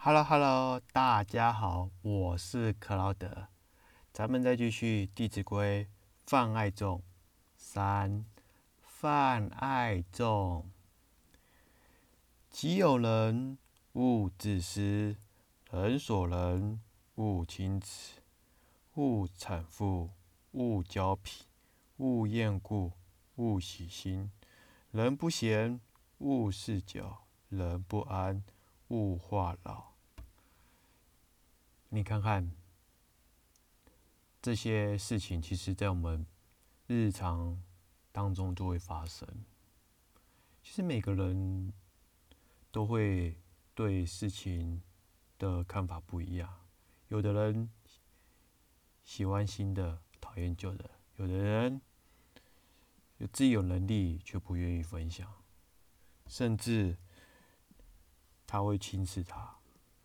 Hello Hello，大家好，我是克劳德，咱们再继续《弟子规》泛爱众三，泛爱众，己有人，勿自私，人所人，勿轻訾，勿谄富，勿骄鄙，勿厌故，勿喜新，人不闲，勿事久，人不安，勿话老。你看看这些事情，其实在我们日常当中就会发生。其实每个人都会对事情的看法不一样，有的人喜欢新的，讨厌旧的；有的人自己有能力却不愿意分享，甚至他会轻视他。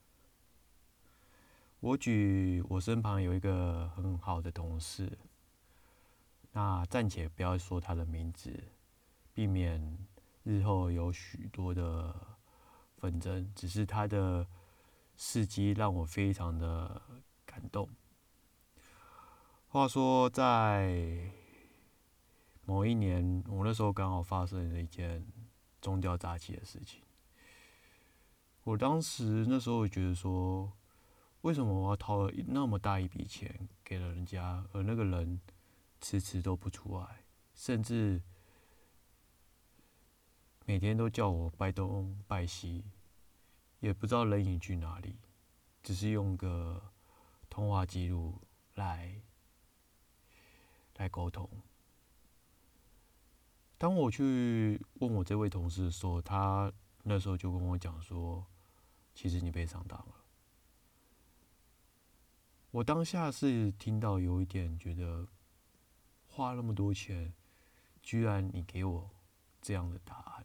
我举我身旁有一个很好的同事，那暂且不要说他的名字，避免日后有许多的纷争。只是他的事迹让我非常的感动。话说，在某一年，我那时候刚好发生了一件宗教诈欺的事情。我当时那时候也觉得说，为什么我要掏了那么大一笔钱给了人家，而那个人迟迟都不出来，甚至每天都叫我拜东拜西，也不知道人影去哪里，只是用个通话记录来沟通。当我去问我这位同事的时候，他那时候就跟我讲说，其实你被上当了。我当下是听到有一点觉得，花那么多钱，居然你给我这样的答案。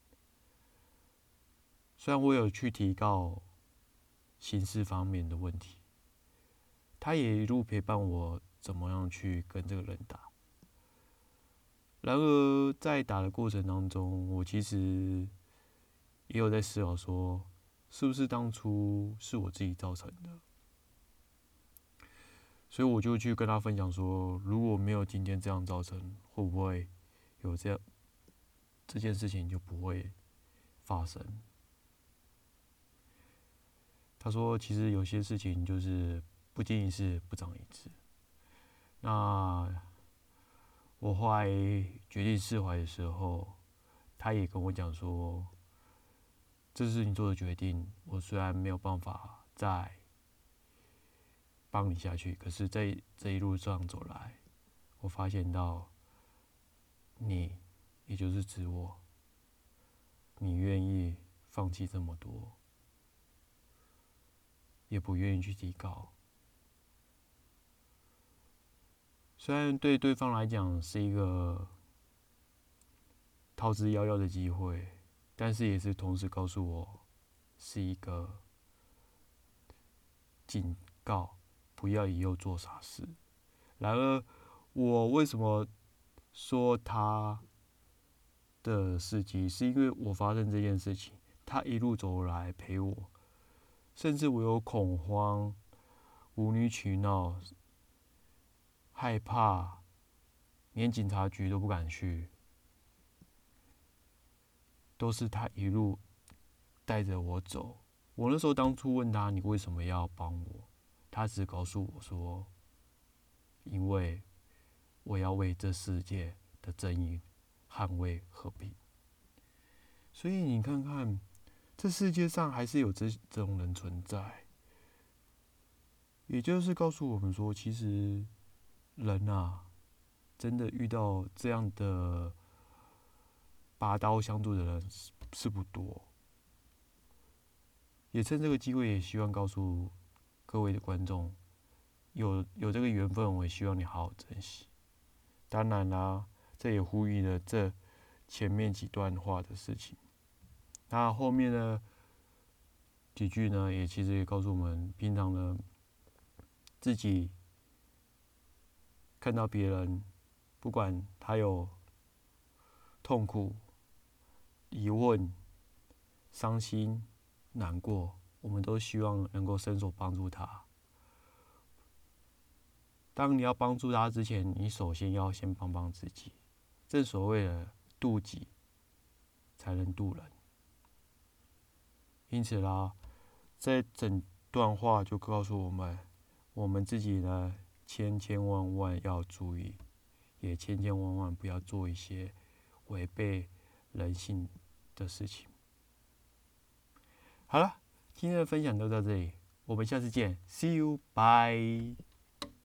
虽然我有去提告刑事方面的问题，他也一路陪伴我怎么样去跟这个人打。然而在打的过程当中，我其实也有在思考说，是不是当初是我自己造成的？所以我就去跟他分享说，如果没有今天这样造成，会不会有这件事情就不会发生？他说，其实有些事情就是不经一事不长一智。那我后来决定释怀的时候，他也跟我讲说，这是你做的决定，我虽然没有办法再帮你下去，可是在这一路上走来，我发现到你，也就是指我，你愿意放弃这么多，也不愿意去提高。虽然对对方来讲是一个逃之夭夭的机会，但是也是同时告诉我，是一个警告，不要以后做傻事。然而，我为什么说他的事迹，是因为我发生这件事情，他一路走来陪我，甚至我有恐慌、无理取闹、害怕，连警察局都不敢去，都是他一路带着我走。我那时候当初问他，你为什么要帮我？他只告诉我说，因为我要为这世界的正义捍卫和平。所以你看看，这世界上还是有这种人存在，也就是告诉我们说，其实人啊，真的遇到这样的拔刀相助的人是不多。也趁这个机会，也希望告诉各位的观众，有这个缘分，我也希望你好好珍惜。当然啦，这也呼吁了这前面几段话的事情。那后面呢几句呢，也其实也告诉我们，平常呢自己看到别人，不管他有痛苦、疑问、伤心、难过， 我们都希望能够伸手帮助他。当你要帮助他之前，你首先要先帮帮自己。正所谓的渡己，才能渡人。因此啦，这整段话就告诉我们，我们自己呢，千千万万要注意，也千千万万不要做一些违背人性的事情。好了，今天的分享就到这里，我们下次见 ，See you，bye。